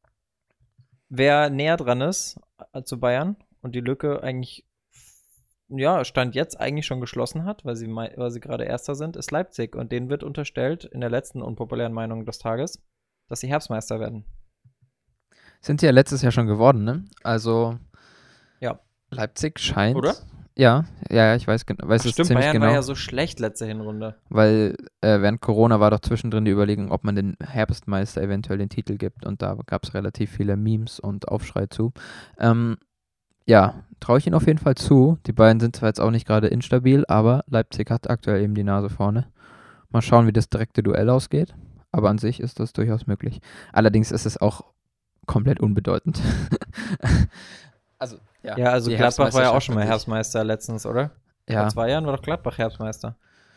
Wer näher dran ist zu Bayern und die Lücke eigentlich ja, Stand jetzt eigentlich schon geschlossen hat, weil sie gerade Erster sind, ist Leipzig. Und denen wird unterstellt, in der letzten unpopulären Meinung des Tages, dass sie Herbstmeister werden. Sind sie ja letztes Jahr schon geworden, ne? Also Ja. Leipzig scheint. Oder? Ja, ich weiß es Stimmt, ziemlich Bayern genau. war ja so schlecht letzte Hinrunde. Weil während Corona war doch zwischendrin die Überlegung, ob man den Herbstmeister eventuell den Titel gibt. Und da gab es relativ viele Memes und Aufschrei zu. Ja, traue ich ihnen auf jeden Fall zu. Die beiden sind zwar jetzt auch nicht gerade instabil, aber Leipzig hat aktuell eben die Nase vorne. Mal schauen, wie das direkte Duell ausgeht. Aber an sich ist das durchaus möglich. Allerdings ist es auch komplett unbedeutend. Also, Ja, also die Gladbach war ja auch schon mal Herbstmeisterschaft Herbstmeister letztens, oder? an sich. Ja, Vor 2 Jahren war doch Gladbach Herbstmeister.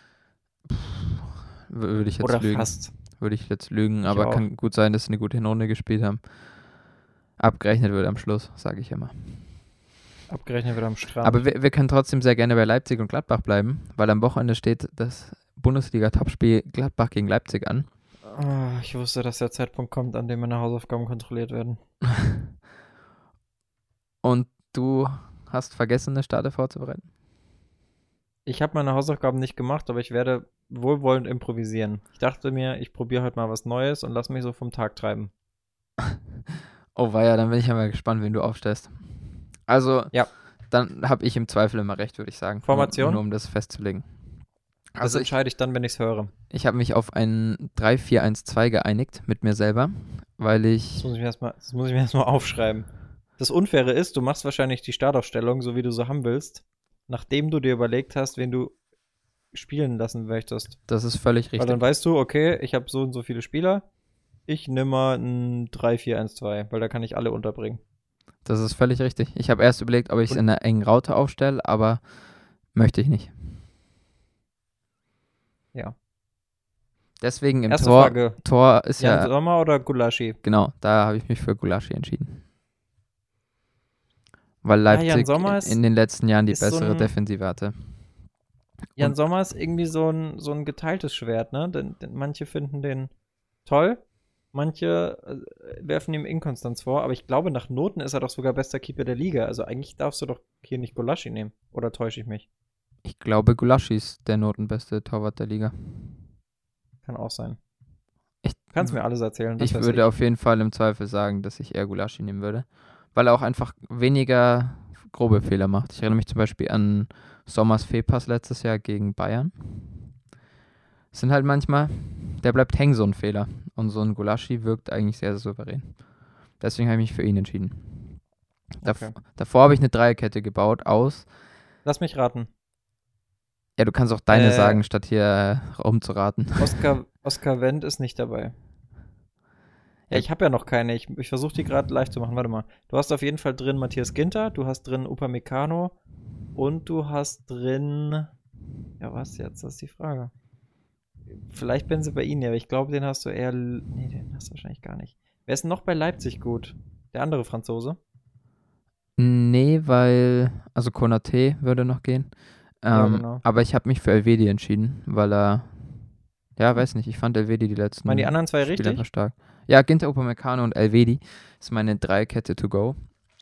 würde ich jetzt Oder lügen. fast. Würde ich jetzt lügen, Ich aber auch. kann gut sein, dass sie eine gute Hinrunde gespielt haben. Abgerechnet wird am Schluss, sage ich immer. Abgerechnet wird am Strand. Aber wir können trotzdem sehr gerne bei Leipzig und Gladbach bleiben, weil am Wochenende steht das Bundesliga-Topspiel Gladbach gegen Leipzig an. Ich wusste, dass der Zeitpunkt kommt, an dem meine Hausaufgaben kontrolliert werden. Und du hast vergessen, eine Starte vorzubereiten? Ich habe meine Hausaufgaben nicht gemacht, aber ich werde wohlwollend improvisieren. Ich dachte mir, ich probiere heute mal was Neues und lass mich so vom Tag treiben. Oh weia, dann bin ich ja mal gespannt, wen du aufstellst. Also, Ja. dann habe ich im Zweifel immer recht, würde ich sagen. Formation? Nur um das festzulegen. Das Also entscheide ich dann, wenn ich es höre. ich habe mich auf ein 3-4-1-2 geeinigt mit mir selber, weil ich... Das muss ich mir erstmal aufschreiben. Das Unfaire ist, du machst wahrscheinlich die Startaufstellung, so wie du sie haben willst, nachdem du dir überlegt hast, wen du spielen lassen möchtest. Das ist völlig Weil richtig. dann weißt du, okay, ich habe so und so viele Spieler, ich nehme mal ein 3-4-1-2, weil da kann ich alle unterbringen. Das ist völlig richtig. Ich habe erst überlegt, ob ich es in einer engen Raute aufstelle, aber möchte ich nicht. Ja. Deswegen im Erste Tor, Frage, Tor ist Jan ja, Sommer oder Gulaschi? genau, da habe ich mich für Gulaschi entschieden. Weil Ja, Jan Leipzig Sommer in den letzten Jahren die ist so bessere ein- Defensive hatte. Jan Und- Sommer ist irgendwie so ein geteiltes Schwert, ne? Denn manche finden den toll, manche werfen ihm Inkonstanz vor, aber ich glaube, nach Noten ist er doch sogar bester Keeper der Liga. Also eigentlich darfst du doch hier nicht Gulaschi nehmen. Oder täusche ich mich? Ich glaube, Gulaschi ist der notenbeste Torwart der Liga. Kann auch sein. Ich, Kannst mir alles erzählen. das ich weiß würde auf jeden Fall im Zweifel sagen, dass ich eher Gulaschi nehmen würde. Weil er auch einfach weniger grobe Fehler macht. Ich erinnere mich zum Beispiel an Sommers Fehlpass letztes Jahr gegen Bayern. Es sind halt manchmal, der bleibt hängen, so ein Fehler. Und so ein Gulaschi wirkt eigentlich sehr, sehr souverän. Deswegen habe ich mich für ihn entschieden. Okay. Davor habe ich eine Dreierkette gebaut aus. Lass mich raten. Ja, du kannst auch deine Äh. sagen, statt hier rumzuraten. Oscar Wendt ist nicht dabei. Ja, ich habe ja noch keine. Ich versuche die gerade leicht zu machen. Warte mal. Du hast auf jeden Fall drin Matthias Ginter, du hast drin Upamecano und du hast drin. Ja, was jetzt? Das ist die Frage. Vielleicht bin sie bei Ihnen, ja, aber ich glaube, den hast du eher. Nee, den hast du wahrscheinlich gar nicht. Wer ist denn noch bei Leipzig gut? Der andere Franzose? Nee, weil, also Konaté würde noch gehen. Ja, genau. Aber ich habe mich für Elvedi entschieden, weil er, ja, weiß nicht, ich fand Elvedi die letzten Waren die anderen zwei Spiele richtig? einfach stark. Ja, Ginter, Upamecano und Elvedi ist meine Dreierkette to go.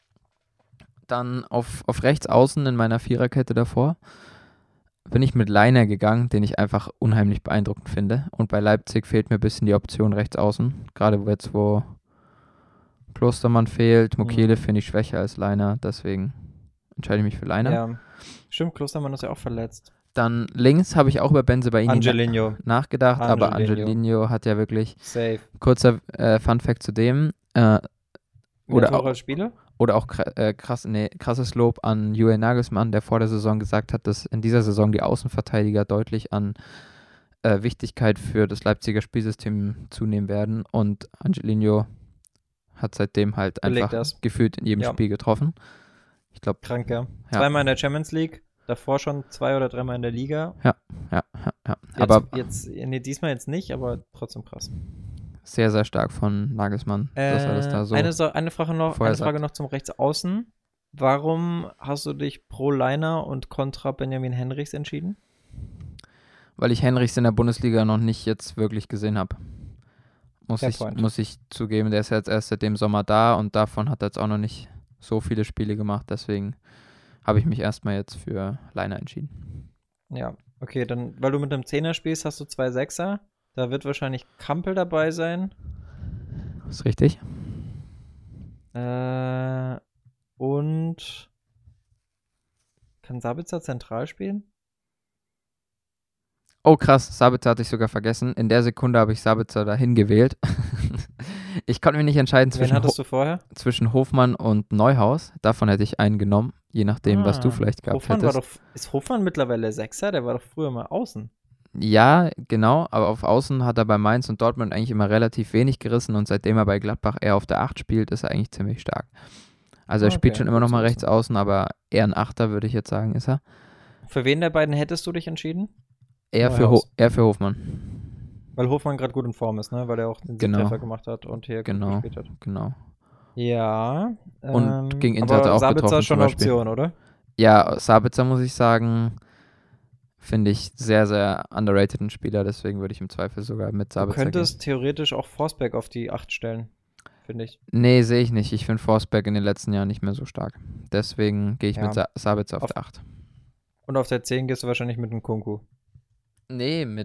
Dann auf rechts außen in meiner Viererkette davor bin ich mit Leiner gegangen, den ich einfach unheimlich beeindruckend finde. Und bei Leipzig fehlt mir ein bisschen die Option rechts außen. Gerade wo Klostermann fehlt, Mukiele finde ich schwächer als Leiner, deswegen entscheide ich mich für Leiner. Ja. Stimmt, Klostermann ist ja auch verletzt. Dann links habe ich auch über Bensebaini Angelino. nachgedacht, aber Angelino. Angelino hat ja wirklich, Safe. kurzer Fun-Fact zu dem, Mehr Oder Tore auch- als Spieler? oder auch krasses Lob an Julian Nagelsmann, der vor der Saison gesagt hat, dass in dieser Saison die Außenverteidiger deutlich an Wichtigkeit für das Leipziger Spielsystem zunehmen werden und Angelino hat seitdem halt Belegt einfach das. gefühlt in jedem Ja. Spiel getroffen. Ich glaube, Krank, ja. Ja. Zweimal in der Champions League, davor schon 2 oder 3 Mal in der Liga. ja. Aber Diesmal jetzt nicht, aber trotzdem krass. sehr, sehr stark von Nagelsmann, dass er das da so... Eine Frage vorher noch zum Rechtsaußen. Warum hast du dich pro Leiner und kontra Benjamin Henrichs entschieden? Weil ich Henrichs in der Bundesliga noch nicht jetzt wirklich gesehen habe. Fair point. Muss ich zugeben, der ist jetzt erst seit dem Sommer da und davon hat er jetzt auch noch nicht so viele Spiele gemacht. Deswegen habe ich mich erstmal jetzt für Leiner entschieden. Ja, okay, dann, weil du mit einem Zehner spielst, hast du 2 Sechser. Da wird wahrscheinlich Kampel dabei sein. Ist richtig? Und kann Sabitzer zentral spielen? Oh krass, Sabitzer hatte ich sogar vergessen. In der Sekunde habe ich Sabitzer dahin gewählt. Ich konnte mich nicht entscheiden Wen hattest du vorher? zwischen Hofmann und Neuhaus. Davon hätte ich einen genommen, je nachdem, was du vielleicht gehabt Hofmann war hättest. ist Hofmann mittlerweile Sechser? Der war doch früher mal außen. Ja, genau, aber auf Außen hat er bei Mainz und Dortmund eigentlich immer relativ wenig gerissen und seitdem er bei Gladbach eher auf der 8 spielt, ist er eigentlich ziemlich stark. Also er spielt Okay, schon immer gut noch zu mal wissen. rechts außen, aber eher ein Achter, würde ich jetzt sagen, ist er. Für wen der beiden hättest du dich entschieden? Eher Neuhaus. eher für Hofmann. Weil Hofmann gerade gut in Form ist, ne? Weil er auch den Genau, Siegtreffer gemacht hat und hier gut genau, gespielt hat. genau. Ja, Und gegen Inter hat er aber auch Sabitzer getroffen ist schon zum eine Beispiel. Option, oder? Ja, Sabitzer muss ich sagen, finde ich sehr, sehr underrateden Spieler, deswegen würde ich im Zweifel sogar mit Du Sabitzer gehen. könntest theoretisch auch Forsberg auf die 8 stellen, finde ich. Nee, sehe ich nicht. Ich finde Forsberg in den letzten Jahren nicht mehr so stark. Deswegen gehe ich mit Ja. Sabitzer auf Auf, der 8. und auf der 10 gehst du wahrscheinlich mit einem Kunku. Nee, mit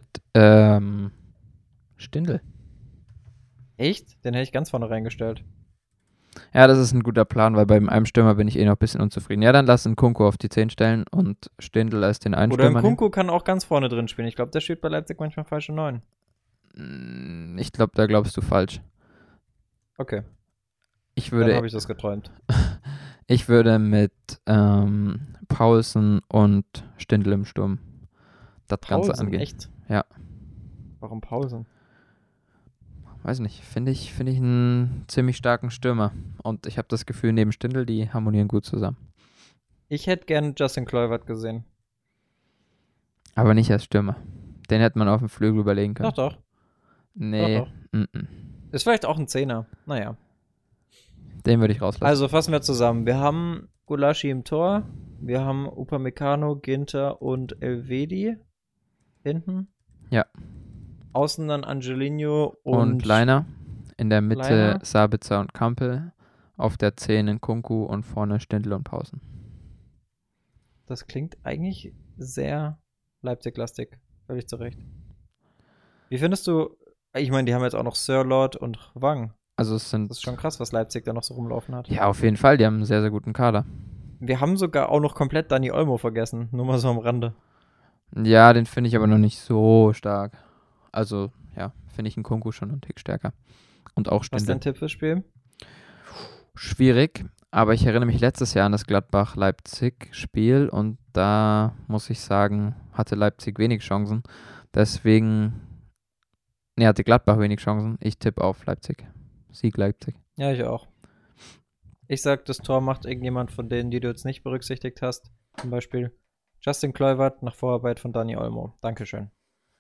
Stindl. Echt? Den hätte ich ganz vorne reingestellt. Ja, das ist ein guter Plan, weil beim einem Stürmer bin ich eh noch ein bisschen unzufrieden. Ja, dann lass einen Kunku auf die 10 stellen und Stindl als den einen Oder ein Stürmer nehmen. Kunku kann auch ganz vorne drin spielen. Ich glaube, der spielt bei Leipzig manchmal falsche 9. Ich glaube, da glaubst du falsch. Okay, Ich dann würde, habe ich das geträumt. ich würde mit Paulsen und Stindl im Sturm das Ganze Paulsen, angehen. echt? Ja. Warum Paulsen? Weiß nicht, finde ich einen ziemlich starken Stürmer. Und ich habe das Gefühl, neben Stindl, die harmonieren gut zusammen. Ich hätte gerne Justin Kluivert gesehen. Aber nicht als Stürmer. Den hätte man auf dem Flügel überlegen können. Doch, doch. Nee, Doch. Ist vielleicht auch ein Zehner. Naja. den würde ich rauslassen. Also fassen wir zusammen. Wir haben Gulaschi im Tor. Wir haben Upamecano, Ginter und Elvedi hinten. Ja. Außen dann Angelino Und Leiner. In der Mitte Leiner. Sabitzer und Kampel. Auf der 10 Nkunku und vorne Stindl und Pausen. Das klingt eigentlich sehr Leipzig-lastig. Völlig zu Recht. Wie findest du, ich meine, die haben jetzt auch noch Sirlot und Wang. Also es sind, Das ist schon krass, was Leipzig da noch so rumlaufen hat. ja, auf jeden Fall, die haben einen sehr, sehr guten Kader. Wir haben sogar auch noch komplett Dani Olmo vergessen. Nur mal so am Rande. Ja, den finde ich aber noch nicht so stark. Also, ja, finde ich einen Nkunku schon einen Tick stärker. Und auch Was ist Stindl. dein Tipp fürs Spiel? Schwierig, aber ich erinnere mich letztes Jahr an das Gladbach-Leipzig-Spiel und da muss ich sagen, hatte Leipzig wenig Chancen. Deswegen, hatte Gladbach wenig Chancen. Ich tippe auf Leipzig. Sieg Leipzig. Ja, ich auch. Ich sag, das Tor macht irgendjemand von denen, die du jetzt nicht berücksichtigt hast. Zum Beispiel Justin Kluivert nach Vorarbeit von Dani Olmo. Dankeschön.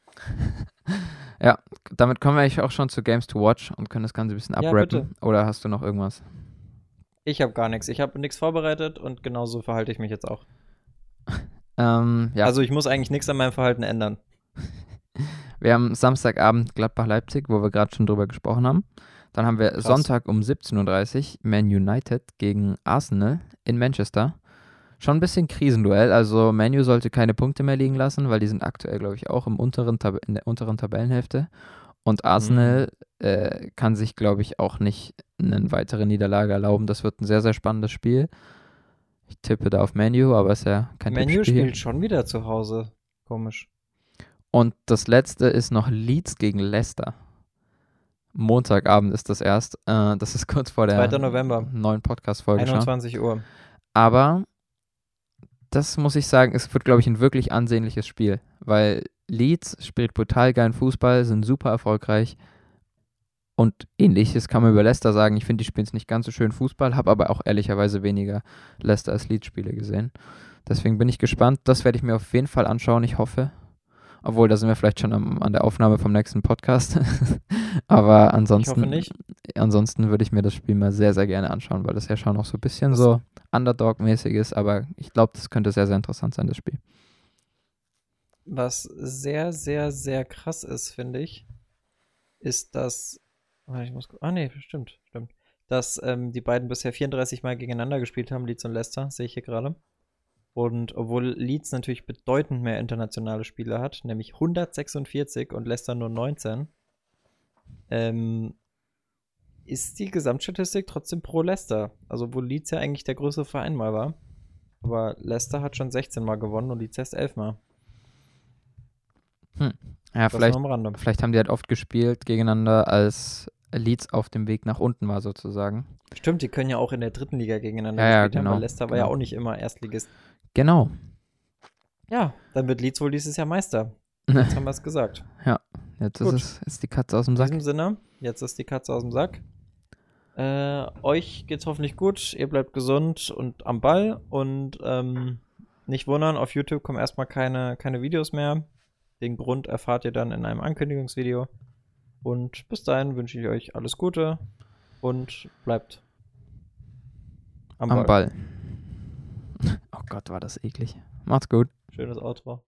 Ja, damit kommen wir eigentlich auch schon zu Games to Watch und können das Ganze ein bisschen Ja, abrappen. Oder hast du noch irgendwas? Ich habe gar nichts. Ich habe nichts vorbereitet und genauso verhalte ich mich jetzt auch. Ja, Also ich muss eigentlich nichts an meinem Verhalten ändern. wir haben Samstagabend Gladbach-Leipzig, wo wir gerade schon drüber gesprochen haben. Dann haben wir Krass. Sonntag um 17:30 Uhr Man United gegen Arsenal in Manchester. Schon ein bisschen Krisenduell. Also Man U sollte keine Punkte mehr liegen lassen, weil die sind aktuell, glaube ich, auch in der unteren Tabellenhälfte. Und Arsenal kann sich, glaube ich, auch nicht eine weitere Niederlage erlauben. Das wird ein sehr, sehr spannendes Spiel. Ich tippe da auf Man U, aber es ist ja kein Man U Tippspiel hier. spielt schon wieder zu Hause. Komisch. Und das letzte ist noch Leeds gegen Leicester. Montagabend ist das erst. Das ist kurz vor der 2. November. neuen Podcast-Folge schon. 21 Uhr. Aber das muss ich sagen, es wird, glaube ich, ein wirklich ansehnliches Spiel, weil Leeds spielt brutal geilen Fußball, sind super erfolgreich und ähnliches kann man über Leicester sagen. Ich finde, die spielen es nicht ganz so schön Fußball, habe aber auch ehrlicherweise weniger Leicester als Leeds-Spiele gesehen. Deswegen bin ich gespannt. Das werde ich mir auf jeden Fall anschauen, ich hoffe. Obwohl, da sind wir vielleicht schon an der Aufnahme vom nächsten Podcast. Aber ansonsten, Ich hoffe nicht. Ansonsten würde ich mir das Spiel mal sehr, sehr gerne anschauen, weil das ja schon noch so ein bisschen so Underdog-mäßig ist. Aber ich glaube, das könnte sehr, sehr interessant sein, das Spiel. Was sehr, sehr, sehr krass ist, finde ich, ist, dass. Ich muss. Nee, stimmt. Dass die beiden bisher 34 Mal gegeneinander gespielt haben, Leeds und Leicester, sehe ich hier gerade. Und obwohl Leeds natürlich bedeutend mehr internationale Spieler hat, nämlich 146 und Leicester nur 19, ist die Gesamtstatistik trotzdem pro Leicester. Also obwohl Leeds ja eigentlich der größere Verein mal war. Aber Leicester hat schon 16 Mal gewonnen und Leeds erst 11 Mal. Ja, Das vielleicht nur am Rande. haben die halt oft gespielt gegeneinander, als Leeds auf dem Weg nach unten war sozusagen. Stimmt, die können ja auch in der dritten Liga gegeneinander Ja, gespielt haben, genau, weil Leicester war ja auch nicht immer Erstligist. Genau. Ja, dann wird Leeds wohl dieses Jahr Meister. Jetzt haben wir es gesagt. Jetzt Gut. ist die Katze aus dem In Sack. diesem Sinne, jetzt ist die Katze aus dem Sack. Euch geht's hoffentlich gut, ihr bleibt gesund und am Ball und nicht wundern, auf YouTube kommen erstmal keine Videos mehr. Den Grund erfahrt ihr dann in einem Ankündigungsvideo. Und bis dahin wünsche ich euch alles Gute und bleibt am Ball. Am Ball. Oh Gott, war das eklig. Macht's gut. Schönes Outro.